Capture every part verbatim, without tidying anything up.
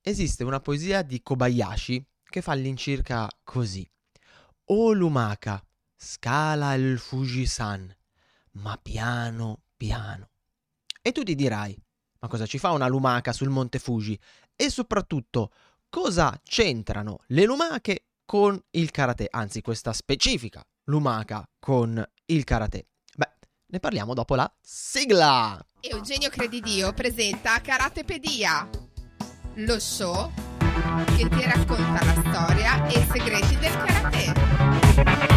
esiste una poesia di Kobayashi che fa all'incirca così: O lumaca, scala il Fujisan, ma piano piano. E tu ti dirai, ma cosa ci fa una lumaca sul monte Fuji? E soprattutto, cosa c'entrano le lumache con il karate? Anzi, questa specifica lumaca con il karate. Beh, ne parliamo dopo la sigla! Eugenio Credidio presenta Karatepedia, lo show che ti racconta la storia e i segreti del karate.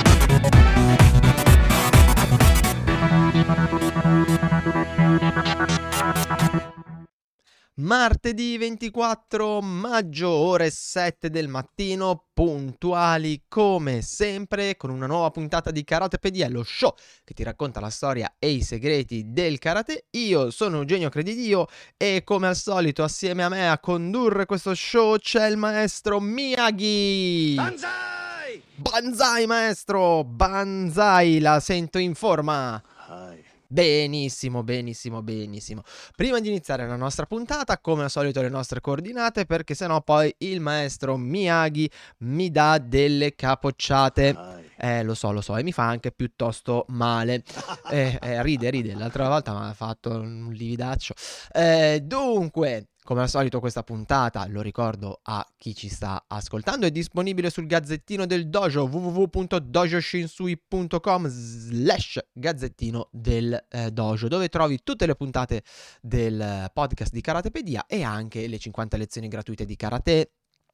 Martedì ventiquattro maggio, ore sette del mattino, puntuali come sempre, con una nuova puntata di Karatepedia, lo show che ti racconta la storia e i segreti del karate. Io sono Eugenio Credidio e come al solito assieme a me a condurre questo show c'è il maestro Miyagi. Banzai! Banzai maestro, banzai, la sento in forma. Hai. Benissimo, benissimo, benissimo. Prima di iniziare la nostra puntata, come al solito le nostre coordinate, perché sennò poi il maestro Miyagi mi dà delle capocciate. Hai. Eh, lo so, lo so, e mi fa anche piuttosto male. Eh, eh, ride, ride, l'altra volta mi ha fatto un lividaccio. Eh, dunque... Come al solito questa puntata, lo ricordo a chi ci sta ascoltando, è disponibile sul gazzettino del dojo w w w punto dojo shinsui punto com slash gazzettino del eh, dojo, dove trovi tutte le puntate del podcast di Karatepedia e anche le cinquanta lezioni gratuite di karate,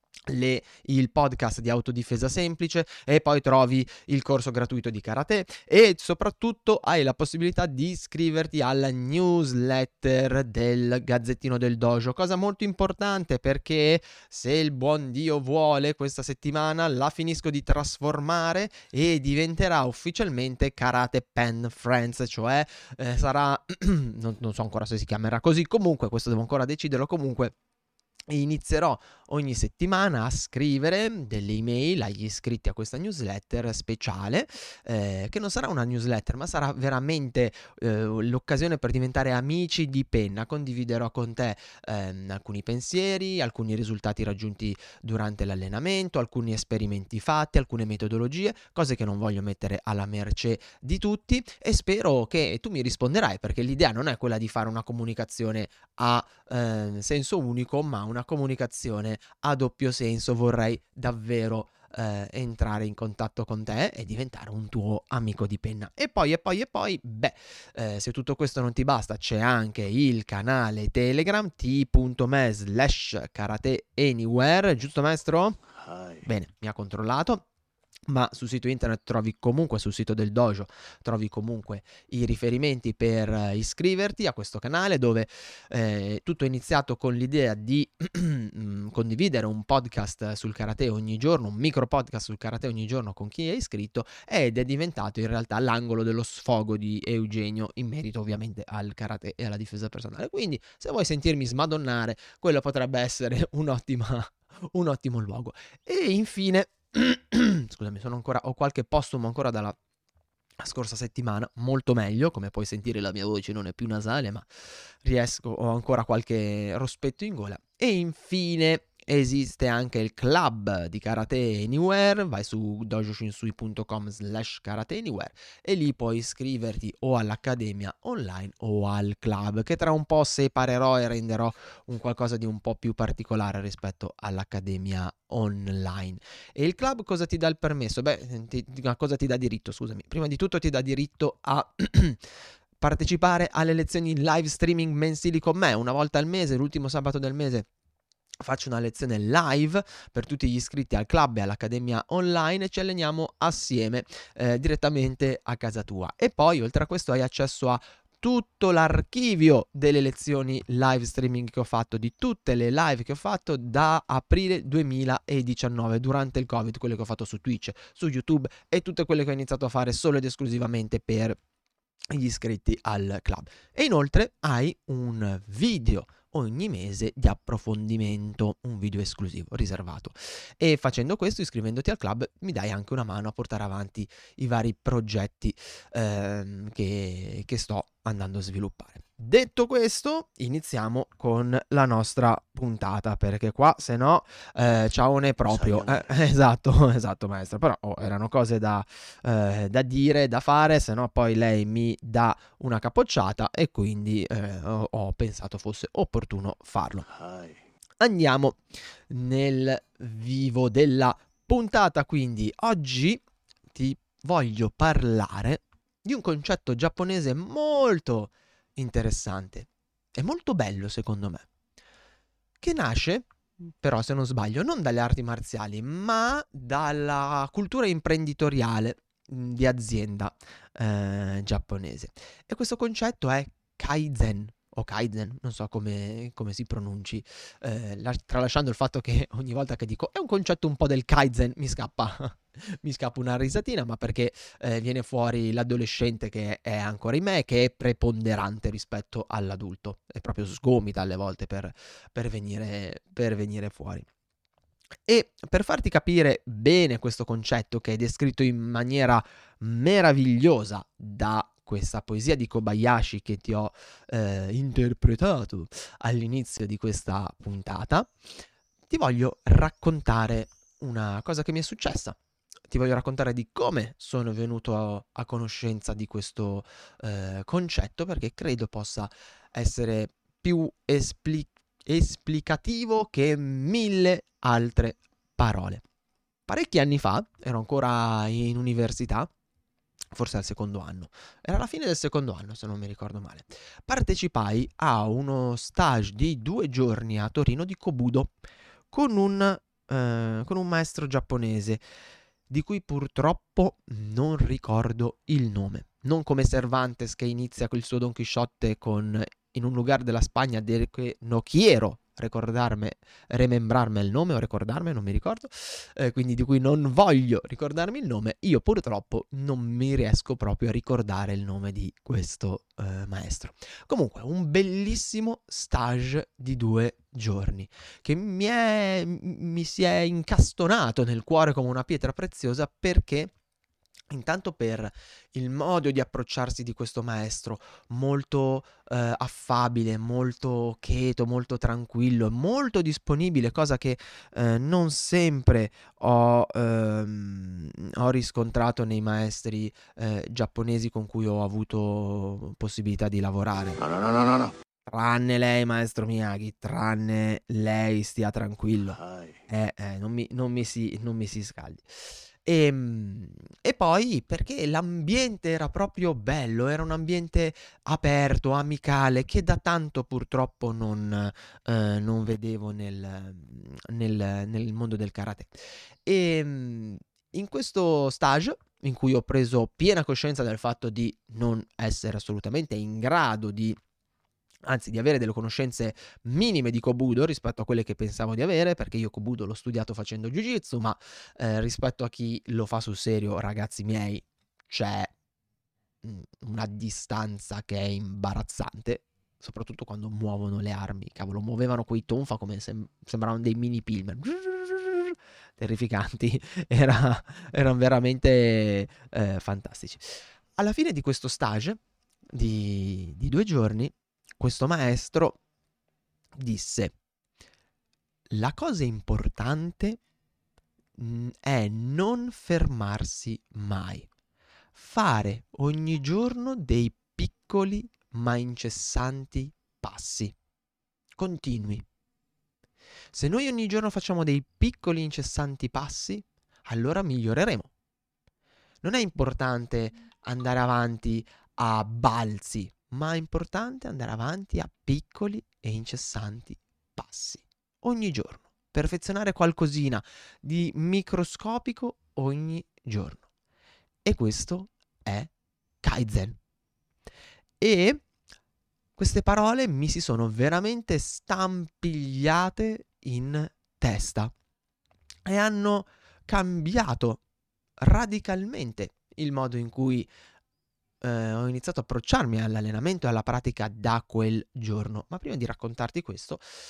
Le, il podcast di autodifesa semplice, e poi trovi il corso gratuito di karate e soprattutto hai la possibilità di iscriverti alla newsletter del Gazzettino del Dojo, cosa molto importante perché se il buon Dio vuole questa settimana la finisco di trasformare e diventerà ufficialmente Karate Pen Friends, cioè eh, sarà non, non so ancora se si chiamerà così, comunque questo devo ancora deciderlo, comunque inizierò ogni settimana a scrivere delle email agli iscritti a questa newsletter speciale, eh, che non sarà una newsletter ma sarà veramente eh, l'occasione per diventare amici di penna. Condividerò con te ehm, alcuni pensieri, alcuni risultati raggiunti durante l'allenamento, alcuni esperimenti fatti, alcune metodologie, cose che non voglio mettere alla mercé di tutti, e spero che tu mi risponderai, perché l'idea non è quella di fare una comunicazione a eh, senso unico, ma una comunicazione a doppio senso. Vorrei davvero eh, entrare in contatto con te e diventare un tuo amico di penna. E poi e poi e poi beh eh, se tutto questo non ti basta, c'è anche il canale Telegram t.me slash karate anywhere, giusto maestro? Hai. Bene, mi ha controllato. Ma sul sito internet trovi comunque, sul sito del dojo, trovi comunque i riferimenti per uh, iscriverti a questo canale, dove eh, tutto è iniziato con l'idea di condividere un podcast sul karate ogni giorno, un micro podcast sul karate ogni giorno con chi è iscritto, ed è diventato in realtà l'angolo dello sfogo di Eugenio in merito ovviamente al karate e alla difesa personale. Quindi se vuoi sentirmi smadonnare, quello potrebbe essere un'ottima, un ottimo luogo. E infine scusami, sono ancora, ho qualche postumo ancora dalla scorsa settimana, molto meglio, come puoi sentire la mia voce non è più nasale, ma riesco, ho ancora qualche rospetto in gola. E infine esiste anche il club di Karate Anywhere, vai su dojoshinsui punto com slash karate anywhere e lì puoi iscriverti o all'accademia online o al club, che tra un po' separerò e renderò un qualcosa di un po' più particolare rispetto all'accademia online. E il club cosa ti dà il permesso? Beh, ti, cosa ti dà diritto, scusami. Prima di tutto ti dà diritto a partecipare alle lezioni live streaming mensili con me, una volta al mese, l'ultimo sabato del mese. Faccio una lezione live per tutti gli iscritti al club e all'accademia online e ci alleniamo assieme eh, direttamente a casa tua. E poi oltre a questo hai accesso a tutto l'archivio delle lezioni live streaming che ho fatto, di tutte le live che ho fatto da aprile duemiladiciannove, durante il Covid, quelle che ho fatto su Twitch, su YouTube e tutte quelle che ho iniziato a fare solo ed esclusivamente per gli iscritti al club. E inoltre hai un video ogni mese di approfondimento, un video esclusivo riservato, e facendo questo, iscrivendoti al club, mi dai anche una mano a portare avanti i vari progetti ehm, che, che sto andando a sviluppare. Detto questo, iniziamo con la nostra puntata, perché qua se no eh, ciaone proprio. Eh, esatto, esatto maestra, però oh, erano cose da, eh, da dire, da fare, se no poi lei mi dà una capocciata e quindi eh, ho, ho pensato fosse opportuno farlo. Andiamo nel vivo della puntata, quindi oggi ti voglio parlare di un concetto giapponese molto interessante e molto bello secondo me, che nasce però, se non sbaglio, non dalle arti marziali ma dalla cultura imprenditoriale di azienda eh, giapponese, e questo concetto è Kaizen o Kaizen, non so come, come si pronunci, eh, la, tralasciando il fatto che ogni volta che dico è un concetto un po' del Kaizen mi scappa mi scappa una risatina, ma perché eh, viene fuori l'adolescente che è ancora in me, che è preponderante rispetto all'adulto, e proprio sgomita alle volte per, per, venire, per venire fuori. E per farti capire bene questo concetto, che è descritto in maniera meravigliosa da questa poesia di Kobayashi che ti ho eh, interpretato all'inizio di questa puntata, ti voglio raccontare una cosa che mi è successa. Ti voglio raccontare di come sono venuto a conoscenza di questo eh, concetto, perché credo possa essere più espli- esplicativo che mille altre parole. Parecchi anni fa, ero ancora in università, forse al secondo anno, era la fine del secondo anno se non mi ricordo male, partecipai a uno stage di due giorni a Torino di Kobudo con un, eh, con un maestro giapponese di cui purtroppo non ricordo il nome. Non come Cervantes che inizia con il suo Don Chisciotte con in un lugar della Spagna del che no quiero ricordarmi, remembrarmi il nome o ricordarmi, non mi ricordo, eh, quindi di cui non voglio ricordarmi il nome. Io purtroppo non mi riesco proprio a ricordare il nome di questo eh, maestro. Comunque, un bellissimo stage di due giorni che mi, è, mi si è incastonato nel cuore come una pietra preziosa, perché intanto per il modo di approcciarsi di questo maestro, molto eh, affabile, molto cheto, molto tranquillo, molto disponibile, cosa che eh, non sempre ho, ehm, ho riscontrato nei maestri eh, giapponesi con cui ho avuto possibilità di lavorare. No, no, no, no, no. Tranne lei, maestro Miyagi, tranne lei, stia tranquillo. Eh, eh, non mi, non mi si, non mi si scaldi. E, e poi perché l'ambiente era proprio bello, era un ambiente aperto, amicale, che da tanto purtroppo non, eh, non vedevo nel, nel, nel mondo del karate. E in questo stage, in cui ho preso piena coscienza del fatto di non essere assolutamente in grado di anzi di avere delle conoscenze minime di Kobudo rispetto a quelle che pensavo di avere, perché io Kobudo l'ho studiato facendo Jiu-Jitsu, ma eh, rispetto a chi lo fa sul serio, ragazzi miei, c'è mh, una distanza che è imbarazzante, soprattutto quando muovono le armi. Cavolo, muovevano quei tonfa come sem- sembravano dei mini Pilmer, terrificanti, Era, erano veramente eh, fantastici. Alla fine di questo stage di, di due giorni, questo maestro disse: la cosa importante mh, è non fermarsi mai, fare ogni giorno dei piccoli ma incessanti passi continui. Se noi ogni giorno facciamo dei piccoli incessanti passi, allora miglioreremo. Non è importante andare avanti a balzi, ma è importante andare avanti a piccoli e incessanti passi, ogni giorno, perfezionare qualcosina di microscopico ogni giorno. E questo è Kaizen. E queste parole mi si sono veramente stampigliate in testa e hanno cambiato radicalmente il modo in cui eh, ho iniziato a approcciarmi all'allenamento e alla pratica da quel giorno. Ma prima di raccontarti questo,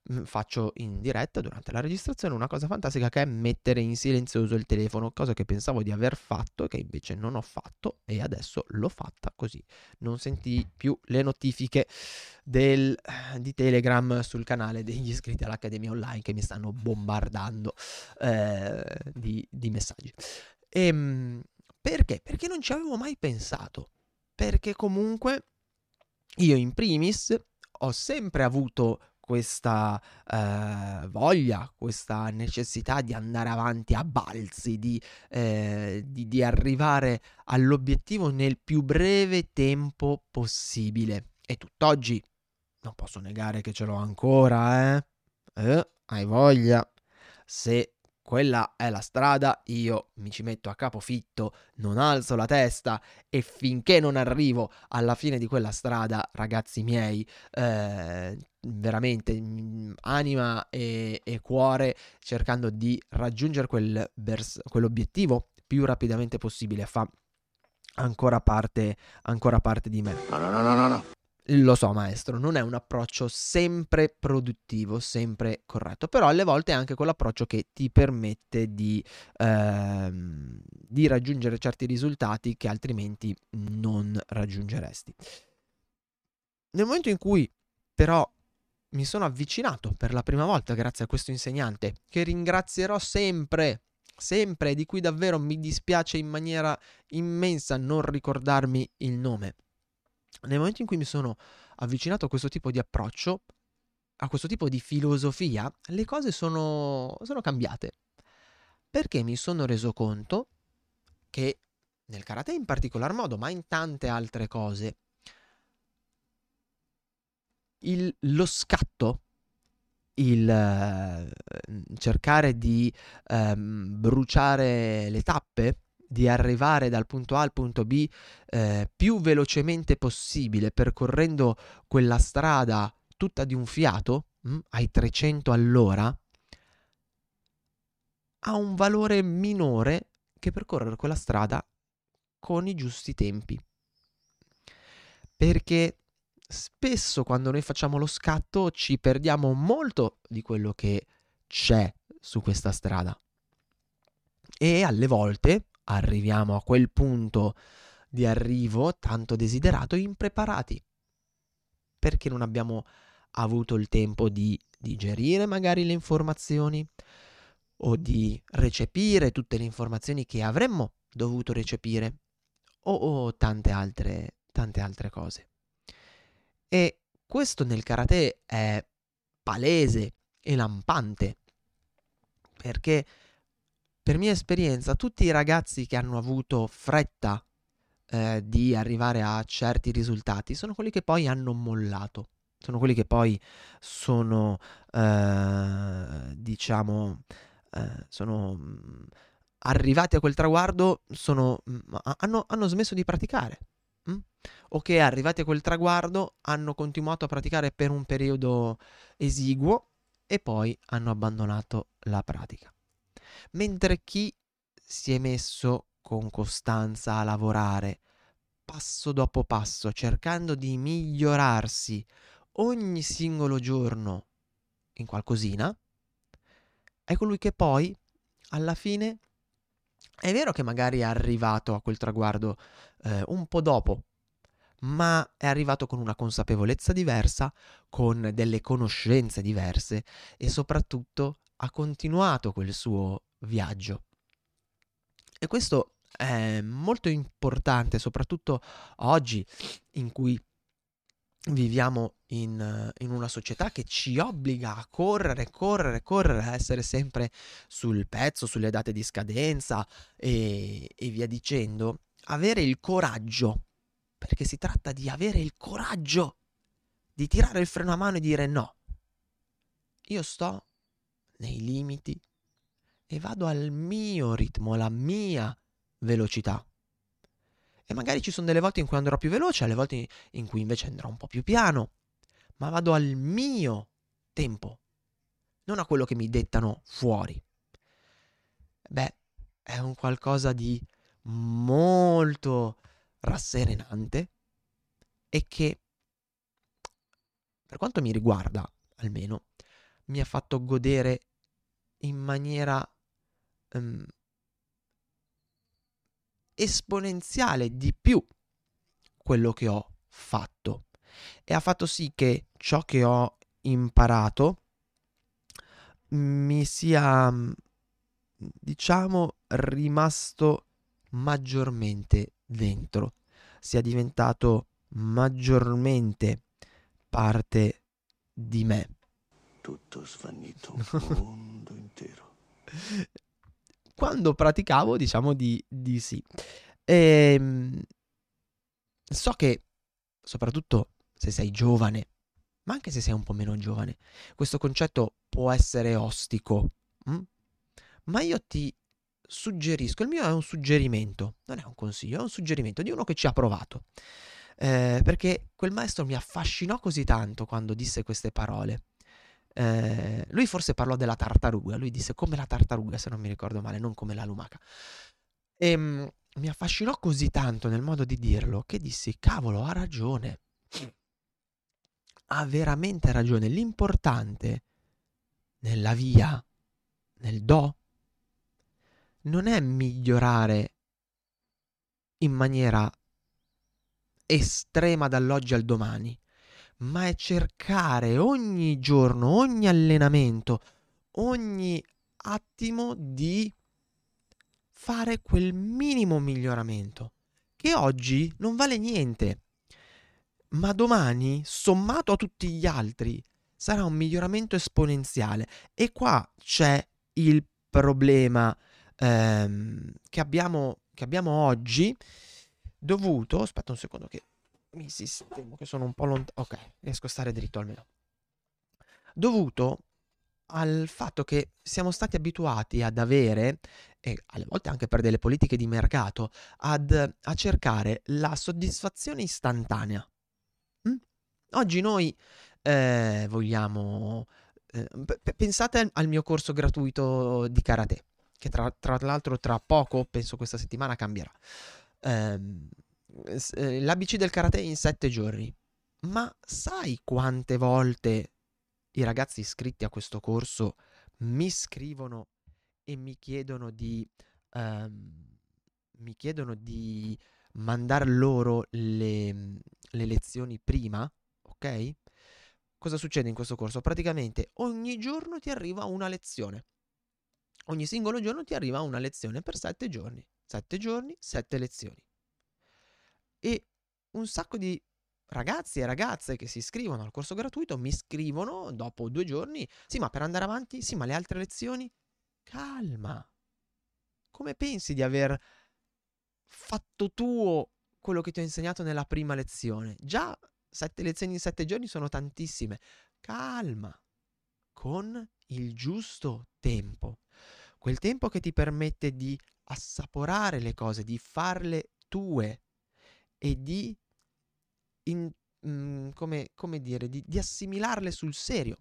mh, faccio in diretta durante la registrazione una cosa fantastica che è mettere in silenzioso il telefono, cosa che pensavo di aver fatto e che invece non ho fatto, e adesso l'ho fatta, così non senti più le notifiche del, di Telegram sul canale degli iscritti all'Accademia Online che mi stanno bombardando eh, di, di messaggi. Ehm, perché? Perché non ci avevo mai pensato. Perché comunque io in primis ho sempre avuto questa eh, voglia, questa necessità di andare avanti a balzi, di, eh, di, di arrivare all'obiettivo nel più breve tempo possibile. E tutt'oggi non posso negare che ce l'ho ancora, eh? Eh, hai voglia. Se quella è la strada, io mi ci metto a capofitto, non alzo la testa e finché non arrivo alla fine di quella strada, ragazzi miei, eh, veramente mh, anima e, e cuore cercando di raggiungere quel vers- quell'obiettivo più rapidamente possibile fa ancora parte, ancora parte di me. No, no, no, no, no. Lo so, maestro, non è un approccio sempre produttivo, sempre corretto, però alle volte è anche quell'approccio che ti permette di, ehm, di raggiungere certi risultati che altrimenti non raggiungeresti. Nel momento in cui però mi sono avvicinato per la prima volta grazie a questo insegnante, che ringrazierò sempre, sempre, di cui davvero mi dispiace in maniera immensa non ricordarmi il nome. Nel momento in cui mi sono avvicinato a questo tipo di approccio, a questo tipo di filosofia, le cose sono, sono cambiate. Perché mi sono reso conto che nel karate in particolar modo, ma in tante altre cose, il, lo scatto, il eh, cercare di ehm, bruciare le tappe, di arrivare dal punto A al punto B eh, più velocemente possibile, percorrendo quella strada tutta di un fiato, mh, ai trecento all'ora, ha un valore minore che percorrere quella strada con i giusti tempi. Perché spesso quando noi facciamo lo scatto ci perdiamo molto di quello che c'è su questa strada. E alle volte arriviamo a quel punto di arrivo tanto desiderato impreparati, perché non abbiamo avuto il tempo di digerire magari le informazioni o di recepire tutte le informazioni che avremmo dovuto recepire o, o tante altre, tante altre cose. E questo nel karate è palese e lampante, perché per mia esperienza tutti i ragazzi che hanno avuto fretta eh, di arrivare a certi risultati sono quelli che poi hanno mollato, sono quelli che poi sono, eh, diciamo, eh, sono mh, arrivati a quel traguardo, sono, mh, hanno, hanno smesso di praticare. Mh? O che arrivati a quel traguardo hanno continuato a praticare per un periodo esiguo e poi hanno abbandonato la pratica. Mentre chi si è messo con costanza a lavorare, passo dopo passo, cercando di migliorarsi ogni singolo giorno in qualcosina, è colui che poi, alla fine, è vero che magari è arrivato a quel traguardo eh, un po' dopo, ma è arrivato con una consapevolezza diversa, con delle conoscenze diverse e soprattutto ha continuato quel suo viaggio. E questo è molto importante, soprattutto oggi in cui viviamo in, in una società che ci obbliga a correre, correre, correre, a essere sempre sul pezzo, sulle date di scadenza e, e via dicendo. Avere il coraggio, perché si tratta di avere il coraggio di tirare il freno a mano e dire no, io sto nei limiti e vado al mio ritmo, alla mia velocità. E magari ci sono delle volte in cui andrò più veloce, alle volte in cui invece andrò un po' più piano, ma vado al mio tempo, non a quello che mi dettano fuori. Beh, è un qualcosa di molto rasserenante e che, per quanto mi riguarda almeno, mi ha fatto godere in maniera um, esponenziale di più quello che ho fatto, e ha fatto sì che ciò che ho imparato mi sia, diciamo, rimasto maggiormente dentro, sia diventato maggiormente parte di me. Tutto svanito, un mondo intero. Quando praticavo, diciamo di, di sì. Ehm, so che, soprattutto se sei giovane, ma anche se sei un po' meno giovane, questo concetto può essere ostico. Hm? Ma io ti suggerisco, il mio è un suggerimento, non è un consiglio, è un suggerimento di uno che ci ha provato. Eh, perché quel maestro mi affascinò così tanto quando disse queste parole. Eh, lui forse parlò della tartaruga, lui disse come la tartaruga, se non mi ricordo male, non come la lumaca. E mh, mi affascinò così tanto nel modo di dirlo che dissi, cavolo, ha ragione. Ha veramente ragione. L'importante nella via, nel do, non è migliorare in maniera estrema dall'oggi al domani, ma è cercare ogni giorno, ogni allenamento, ogni attimo di fare quel minimo miglioramento che oggi non vale niente, ma domani, sommato a tutti gli altri, sarà un miglioramento esponenziale. E qua c'è il problema ehm, che abbiamo, che abbiamo oggi, dovuto, aspetta un secondo che mi sistemo, che sono un po' lontano, ok, riesco a stare dritto almeno, dovuto al fatto che siamo stati abituati ad avere, e alle volte anche per delle politiche di mercato, ad, a cercare la soddisfazione istantanea. Mm? Oggi noi eh, vogliamo... Eh, p- pensate al, al mio corso gratuito di karate, che tra, tra l'altro tra poco, penso questa settimana, cambierà. Ehm, s- eh, L'A B C del karate in sette giorni. Ma sai quante volte i ragazzi iscritti a questo corso mi scrivono e mi chiedono di ehm, mi chiedono di mandar loro le, le lezioni prima, ok? Cosa succede in questo corso? Praticamente ogni giorno ti arriva una lezione. Ogni singolo giorno ti arriva una lezione per sette giorni. Sette giorni, sette lezioni. E un sacco di ragazzi e ragazze che si iscrivono al corso gratuito mi scrivono dopo due giorni: sì, ma per andare avanti, sì, ma le altre lezioni? Calma. Come pensi di aver fatto tuo quello che ti ho insegnato nella prima lezione? Già sette lezioni in sette giorni sono tantissime. Calma. Con il giusto tempo. Quel tempo che ti permette di assaporare le cose, di farle tue e di in, mm, come, come dire, di, di assimilarle sul serio.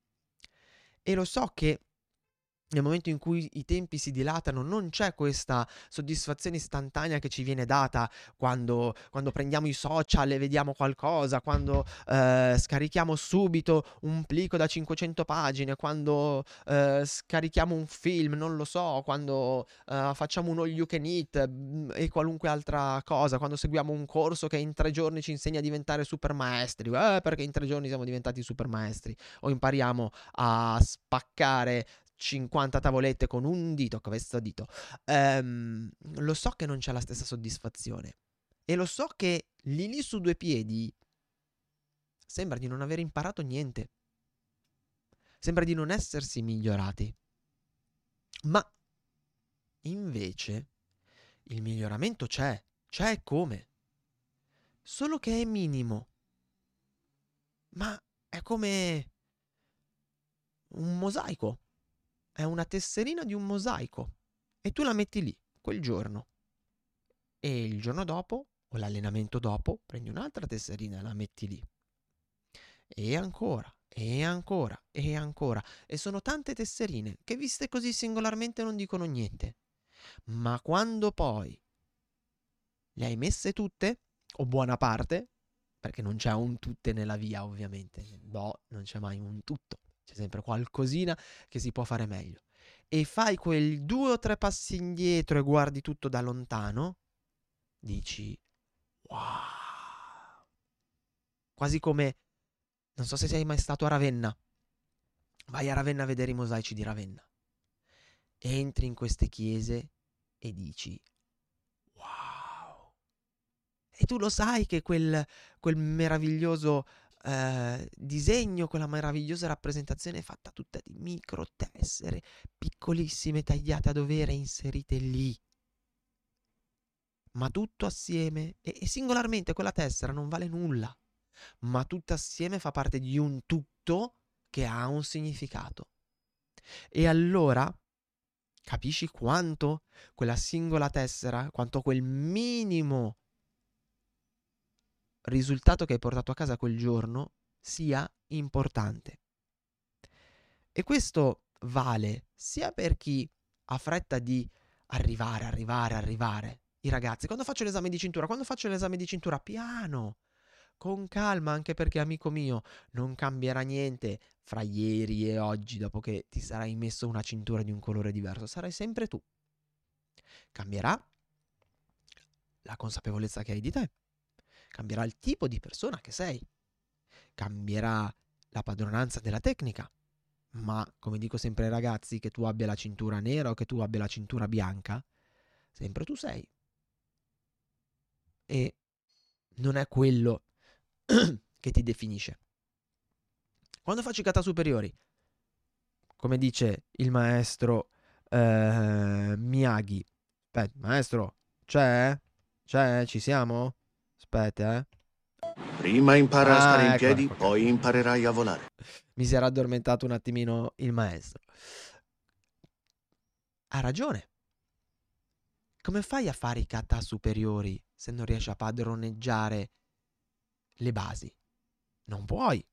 E lo so che nel momento in cui i tempi si dilatano non c'è questa soddisfazione istantanea che ci viene data quando, quando prendiamo i social e vediamo qualcosa, quando eh, scarichiamo subito un plico da cinquecento pagine, quando eh, scarichiamo un film, non lo so, quando eh, facciamo un all you can eat mm, e qualunque altra cosa, quando seguiamo un corso che in tre giorni ci insegna a diventare super maestri, eh, perché in tre giorni siamo diventati super maestri, o impariamo a spaccare cinquanta tavolette con un dito, questo dito. Ehm, lo so che non c'è la stessa soddisfazione. E lo so che lì lì su due piedi sembra di non aver imparato niente. Sembra di non essersi migliorati. Ma invece il miglioramento c'è. C'è come. Solo che è minimo. Ma è come un mosaico. È una tesserina di un mosaico e tu la metti lì quel giorno e il giorno dopo o l'allenamento dopo prendi un'altra tesserina e la metti lì e ancora e ancora e ancora, e sono tante tesserine che viste così singolarmente non dicono niente, ma quando poi le hai messe tutte o buona parte, perché non c'è un tutte nella via ovviamente, no, non c'è mai un tutto, c'è sempre qualcosina che si può fare meglio. E fai quel due o tre passi indietro e guardi tutto da lontano, dici wow. Quasi come, non so se sei mai stato a Ravenna. Vai a Ravenna a vedere i mosaici di Ravenna. Entri in queste chiese e dici wow. E tu lo sai che quel, quel meraviglioso eh, disegno, quella meravigliosa rappresentazione è fatta tutta di micro tessere piccolissime, tagliate a dovere, inserite lì. Ma tutto assieme, e, e singolarmente quella tessera non vale nulla, ma tutto assieme fa parte di un tutto che ha un significato. E allora capisci quanto quella singola tessera, quanto quel minimo risultato che hai portato a casa quel giorno sia importante. E questo vale sia per chi ha fretta di arrivare, arrivare, arrivare. I ragazzi, quando faccio l'esame di cintura, quando faccio l'esame di cintura, piano, con calma, anche perché, amico mio, non cambierà niente fra ieri e oggi dopo che ti sarai messo una cintura di un colore diverso. Sarai sempre tu. Cambierà la consapevolezza che hai di te. Cambierà il tipo di persona che sei. Cambierà la padronanza della tecnica. Ma, come dico sempre ai ragazzi, che tu abbia la cintura nera o che tu abbia la cintura bianca, sempre tu sei. E non è quello che ti definisce. Quando faccio i kata superiori, come dice il maestro eh, Miyagi, aspetta, maestro, c'è? C'è? Ci siamo? Aspetta, eh. Prima impara a stare Ah, in ecco, piedi, ecco, poi ecco. imparerai a volare. Mi si era addormentato un attimino il maestro. Ha ragione. Come fai a fare i kata superiori se non riesci a padroneggiare le basi? Non puoi.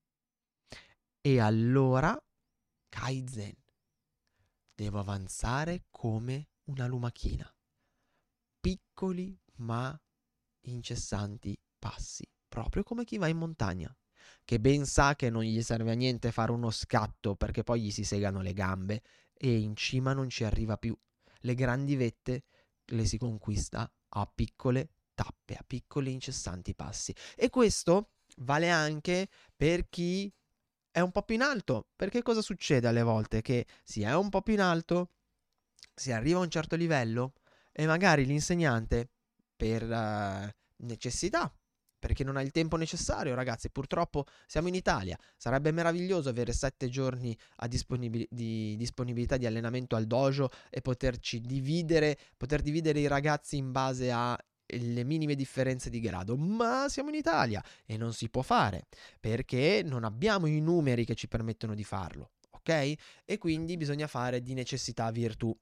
E allora, Kaizen. Devo avanzare come una lumachina. Piccoli ma incessanti passi. Proprio come chi va in montagna, che ben sa che non gli serve a niente fare uno scatto perché poi gli si segano le gambe e in cima non ci arriva più. Le grandi vette le si conquista a piccole tappe, a piccoli incessanti passi. E questo vale anche per chi è un po' più in alto, perché cosa succede alle volte? Che si è un po' più in alto, si arriva a un certo livello e magari l'insegnante per uh, necessità, perché non ha il tempo necessario, ragazzi, purtroppo siamo in Italia, sarebbe meraviglioso avere sette giorni a disponibil- di disponibilità di allenamento al dojo e poterci dividere, poter dividere i ragazzi in base a le minime differenze di grado, ma siamo in Italia e non si può fare perché non abbiamo i numeri che ci permettono di farlo, ok? E quindi bisogna fare di necessità virtù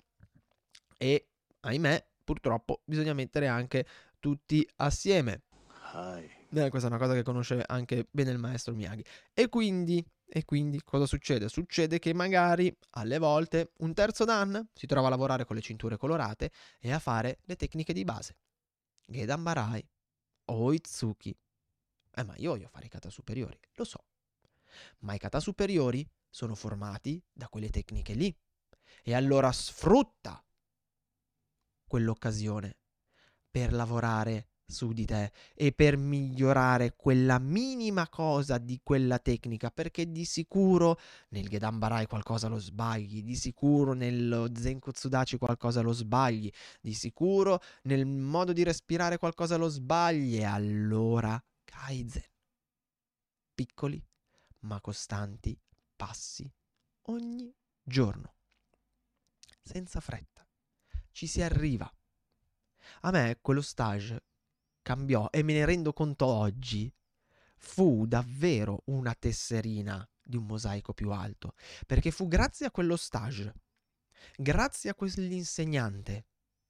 e ahimè purtroppo bisogna mettere anche tutti assieme. Hai. Eh, questa è una cosa che conosce anche bene il maestro Miyagi. E quindi, e quindi cosa succede? Succede che magari alle volte un terzo dan si trova a lavorare con le cinture colorate e a fare le tecniche di base. Gedan Barai o Itsuki. Eh, ma io voglio fare i kata superiori, lo so. Ma i kata superiori sono formati da quelle tecniche lì. E allora sfrutta quell'occasione per lavorare su di te e per migliorare quella minima cosa di quella tecnica, perché di sicuro nel Gedan Barai qualcosa lo sbagli, di sicuro nello Zenkotsudachi qualcosa lo sbagli, di sicuro nel modo di respirare qualcosa lo sbagli e allora Kaizen. Piccoli ma costanti passi ogni giorno. Senza fretta. Ci si arriva. A me quello stage cambiò e me ne rendo conto oggi. Fu davvero una tesserina di un mosaico più alto, perché fu grazie a quello stage, grazie a quell'insegnante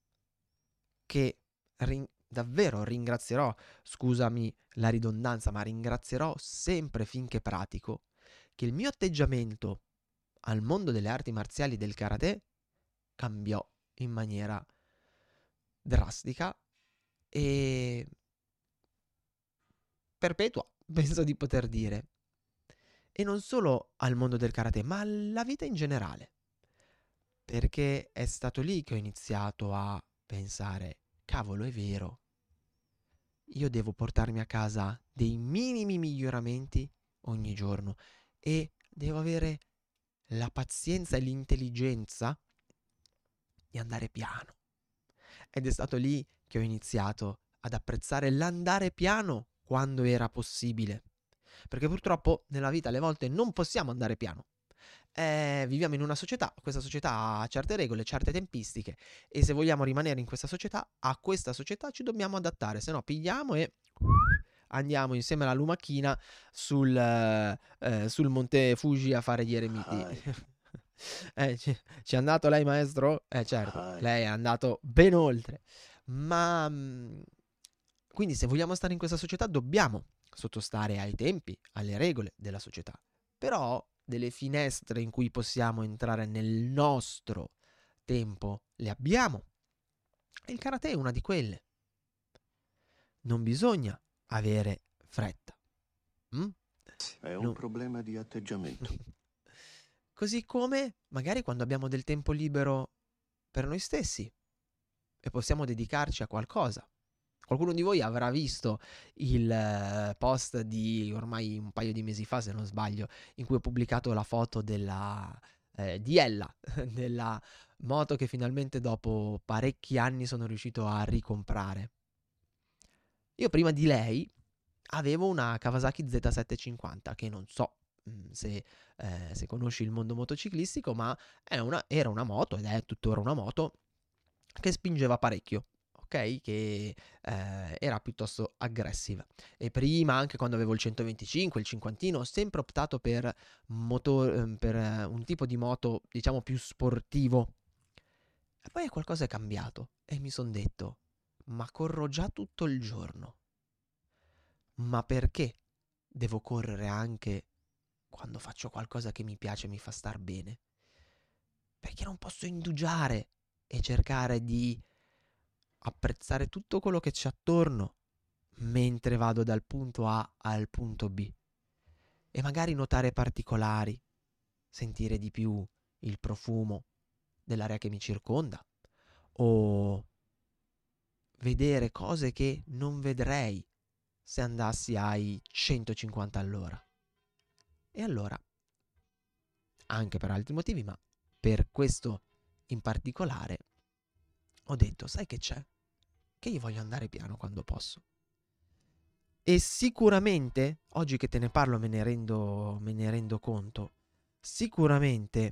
che rin- davvero ringrazierò, scusami la ridondanza, ma ringrazierò sempre finché pratico, che il mio atteggiamento al mondo delle arti marziali del karate cambiò in maniera drastica e perpetua, penso di poter dire. E non solo al mondo del karate, ma alla vita in generale. Perché è stato lì che ho iniziato a pensare, cavolo, è vero, io devo portarmi a casa dei minimi miglioramenti ogni giorno e devo avere la pazienza e l'intelligenza di andare piano. Ed è stato lì che ho iniziato ad apprezzare l'andare piano quando era possibile. Perché purtroppo nella vita alle volte non possiamo andare piano. Eh, viviamo in una società, questa società ha certe regole, certe tempistiche e se vogliamo rimanere in questa società, a questa società ci dobbiamo adattare, se no pigliamo e andiamo insieme alla lumachina sul, eh, sul Monte Fuji a fare gli eremiti. Hai. eh, ci, ci è andato lei, maestro? Eh certo, Hai. lei è andato ben oltre. Ma mh, quindi se vogliamo stare in questa società dobbiamo sottostare ai tempi, alle regole della società. Però delle finestre in cui possiamo entrare nel nostro tempo le abbiamo. E il karate è una di quelle. Non bisogna avere fretta. Mm? È un No. problema di atteggiamento. Così come magari quando abbiamo del tempo libero per noi stessi e possiamo dedicarci a qualcosa. Qualcuno di voi avrà visto il eh, post di ormai un paio di mesi fa, se non sbaglio, in cui ho pubblicato la foto della, eh, di Ella, della moto che finalmente dopo parecchi anni sono riuscito a ricomprare. Io prima di lei avevo una Kawasaki Z settecentocinquanta che non so mh, se, eh, se conosci il mondo motociclistico, ma è una, era una moto ed è tuttora una moto che spingeva parecchio. Ok, che eh, era piuttosto aggressiva. E prima, anche quando avevo il centoventicinque, il cinquantino, ho sempre optato per, motor, per eh, un tipo di moto, diciamo, più sportivo. E poi qualcosa è cambiato e mi sono detto, ma corro già tutto il giorno. Ma perché devo correre anche quando faccio qualcosa che mi piace e mi fa star bene? Perché non posso indugiare e cercare di apprezzare tutto quello che c'è attorno mentre vado dal punto A al punto B e magari notare particolari, sentire di più il profumo dell'aria che mi circonda o vedere cose che non vedrei se andassi ai centocinquanta all'ora. E allora, anche per altri motivi, ma per questo in particolare, ho detto, sai che c'è? Che io voglio andare piano quando posso. E sicuramente, oggi che te ne parlo me ne rendo, me ne rendo conto, sicuramente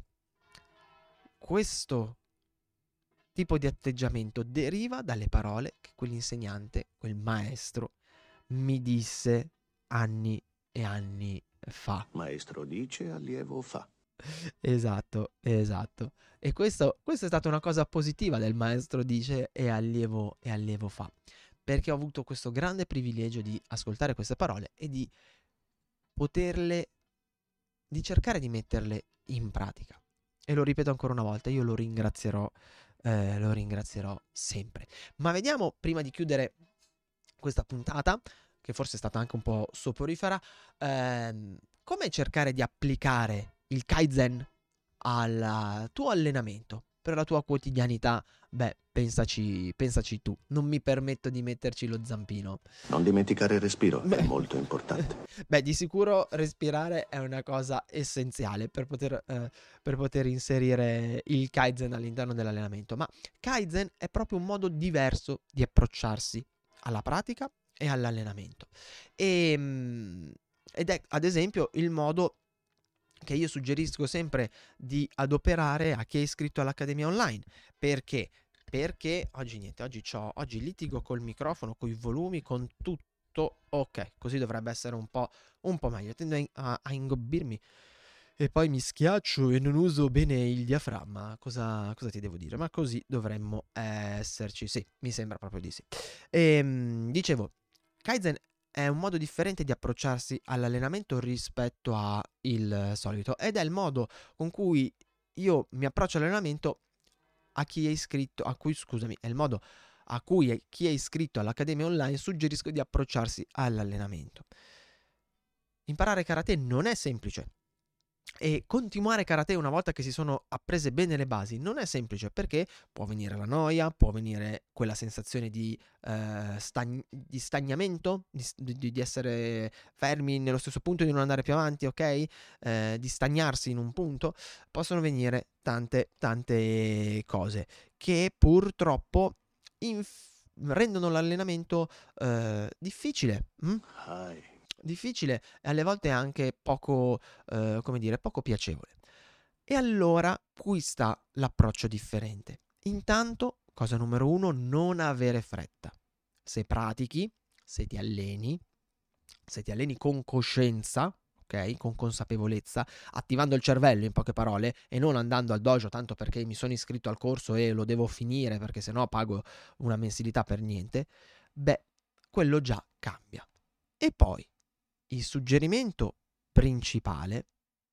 questo tipo di atteggiamento deriva dalle parole che quell'insegnante, quel maestro, mi disse anni e anni fa. Maestro dice, allievo fa. Esatto, esatto. E questo, questo è stata una cosa positiva del maestro dice e allievo, e allievo fa. Perché ho avuto questo grande privilegio di ascoltare queste parole e di poterle, di cercare di metterle in pratica. E lo ripeto ancora una volta, io lo ringrazierò, eh, lo ringrazierò sempre. Ma vediamo, prima di chiudere questa puntata, che forse è stata anche un po' soporifera, ehm, come cercare di applicare il Kaizen al tuo allenamento, per la tua quotidianità. Beh, pensaci, pensaci tu, non mi permetto di metterci lo zampino. Non dimenticare il respiro, Beh. è molto importante. Beh, di sicuro respirare è una cosa essenziale per poter, eh, per poter inserire il Kaizen all'interno dell'allenamento. Ma Kaizen è proprio un modo diverso di approcciarsi alla pratica e all'allenamento. E, mm, ed è ad esempio il modo che io suggerisco sempre di adoperare a chi è iscritto all'Accademia Online. Perché? Perché oggi niente, oggi, c'ho, oggi litigo col microfono, con i volumi, con tutto. Ok, così dovrebbe essere un po', un po' meglio. Tendo a, a ingobbirmi e poi mi schiaccio e non uso bene il diaframma. Cosa, cosa ti devo dire? Ma così dovremmo esserci. Sì, mi sembra proprio di sì. E, dicevo, Kaizen è un modo differente di approcciarsi all'allenamento rispetto al solito ed è il modo con cui io mi approccio all'allenamento a chi è iscritto, a cui scusami, è il modo a cui chi è iscritto all'Accademia Online suggerisco di approcciarsi all'allenamento. imparare karate non è semplice. E continuare karate una volta che si sono apprese bene le basi non è semplice, perché può venire la noia, può venire quella sensazione di, eh, stagn- di stagnamento, di, di- di essere fermi nello stesso punto e di non andare più avanti, ok? Eh, di stagnarsi in un punto. Possono venire tante, tante cose che purtroppo inf- rendono l'allenamento eh, difficile. mm? Hai. Difficile e alle volte anche poco, eh, come dire, poco piacevole. E allora qui sta l'approccio differente. Intanto, cosa numero uno, non avere fretta. Se pratichi, se ti alleni, se ti alleni con coscienza, ok, con consapevolezza, attivando il cervello in poche parole e non andando al dojo tanto perché mi sono iscritto al corso e lo devo finire perché sennò pago una mensilità per niente, beh, quello già cambia. E poi il suggerimento principale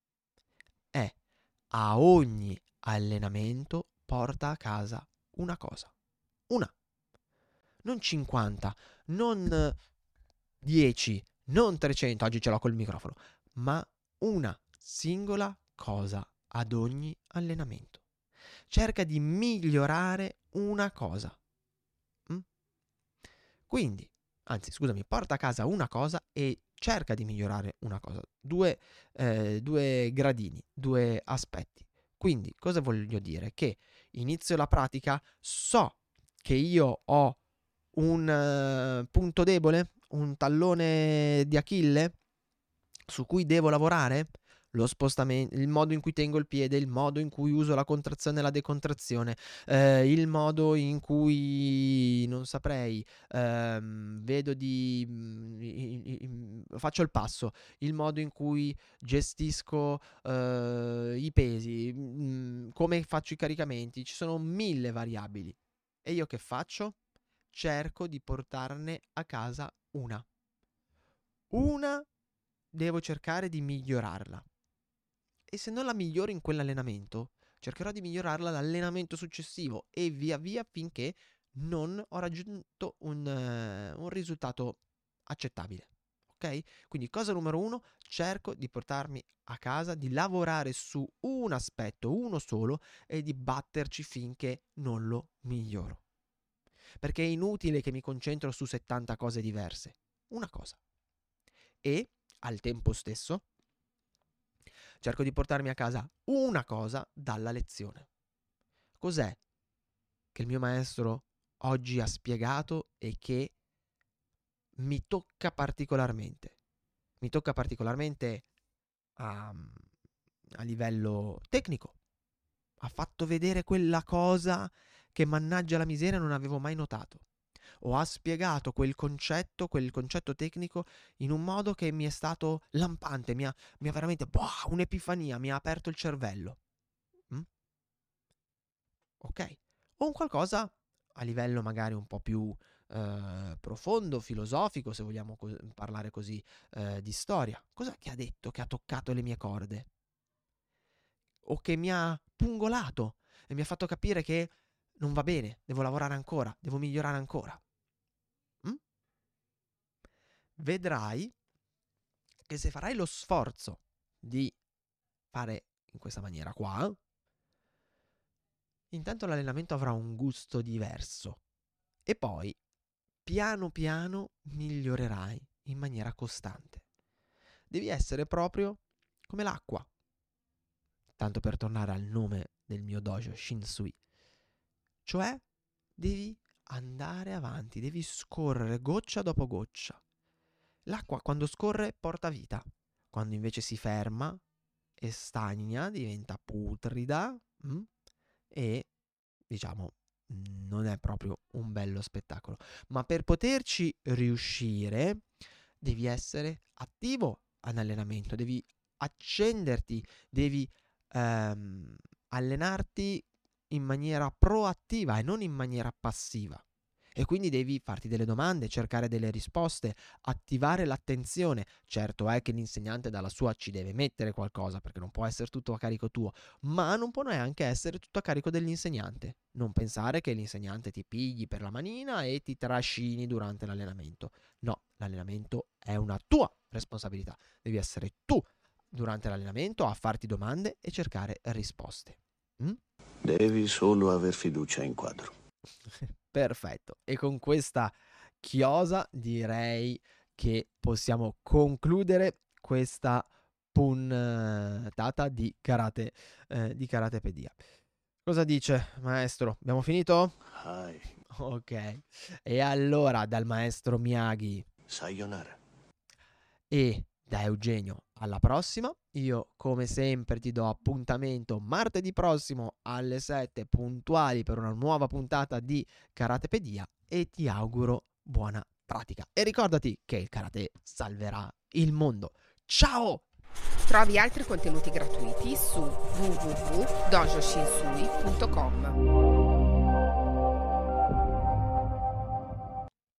è: a ogni allenamento porta a casa una cosa. Una. Non cinquanta, non dieci, non trecento, oggi ce l'ho col microfono, ma una singola cosa ad ogni allenamento. Cerca di migliorare una cosa. Mm? Quindi, anzi, scusami, porta a casa una cosa e cerca di migliorare una cosa. Due, eh, due gradini, due aspetti. Quindi, cosa voglio dire? Che inizio la pratica, so che io ho un eh, punto debole, un tallone di Achille su cui devo lavorare, lo spostamento, il modo in cui tengo il piede, il modo in cui uso la contrazione e la decontrazione, eh, il modo in cui, non saprei, ehm, vedo di mm, i- i- i- faccio il passo, il modo in cui gestisco eh, i pesi, mm, come faccio i caricamenti, ci sono mille variabili. E io che faccio? Cerco di portarne a casa una. Una devo cercare di migliorarla. E se non la miglioro in quell'allenamento, cercherò di migliorarla l'allenamento successivo e via via finché non ho raggiunto un, eh, un risultato accettabile. Ok? Quindi cosa numero uno, cerco di portarmi a casa, di lavorare su un aspetto, uno solo, e di batterci finché non lo miglioro. Perché è inutile che mi concentro su settanta cose diverse. Una cosa. E al tempo stesso cerco di portarmi a casa una cosa dalla lezione. Cos'è che il mio maestro oggi ha spiegato e che mi tocca particolarmente? Mi tocca particolarmente a, a livello tecnico. Ha fatto vedere quella cosa che, mannaggia la miseria, non avevo mai notato. O ha spiegato quel concetto, quel concetto tecnico in un modo che mi è stato lampante, mi ha, mi ha veramente, boh, un'epifania, mi ha aperto il cervello. Mm? Ok? O un qualcosa a livello magari un po' più eh, profondo, filosofico, se vogliamo co- parlare così, eh, di storia. Cos'è che ha detto che ha toccato le mie corde? O che mi ha pungolato e mi ha fatto capire che non va bene, devo lavorare ancora, devo migliorare ancora. Mm? Vedrai che se farai lo sforzo di fare in questa maniera qua, intanto l'allenamento avrà un gusto diverso e poi piano piano migliorerai in maniera costante. Devi essere proprio come l'acqua. Tanto per tornare al nome del mio dojo, Shinsui. Cioè, devi andare avanti, devi scorrere goccia dopo goccia. L'acqua quando scorre porta vita, quando invece si ferma e stagna diventa putrida mm? e, diciamo, non è proprio un bello spettacolo. Ma per poterci riuscire devi essere attivo all'allenamento, devi accenderti, devi ehm, allenarti in maniera proattiva e non in maniera passiva. E quindi devi farti delle domande, cercare delle risposte, attivare l'attenzione. Certo è che l'insegnante dalla sua ci deve mettere qualcosa, perché non può essere tutto a carico tuo, ma non può neanche essere tutto a carico dell'insegnante. Non pensare che l'insegnante ti pigli per la manina e ti trascini durante l'allenamento. No, l'allenamento è una tua responsabilità. Devi essere tu durante l'allenamento a farti domande e cercare risposte. Mm? Devi solo aver fiducia in quadro. Perfetto. E con questa chiosa direi che possiamo concludere questa puntata di karate eh, di Karatepedia. Cosa dice, maestro? Abbiamo finito? Hai. Ok. E allora dal maestro Miyagi Sayonara. e da Eugenio alla prossima. Io come sempre ti do appuntamento martedì prossimo alle sette puntuali per una nuova puntata di Karatepedia e ti auguro buona pratica. E ricordati che il karate salverà il mondo. Ciao! Trovi altri contenuti gratuiti su w w w punto dojo shinsui punto com.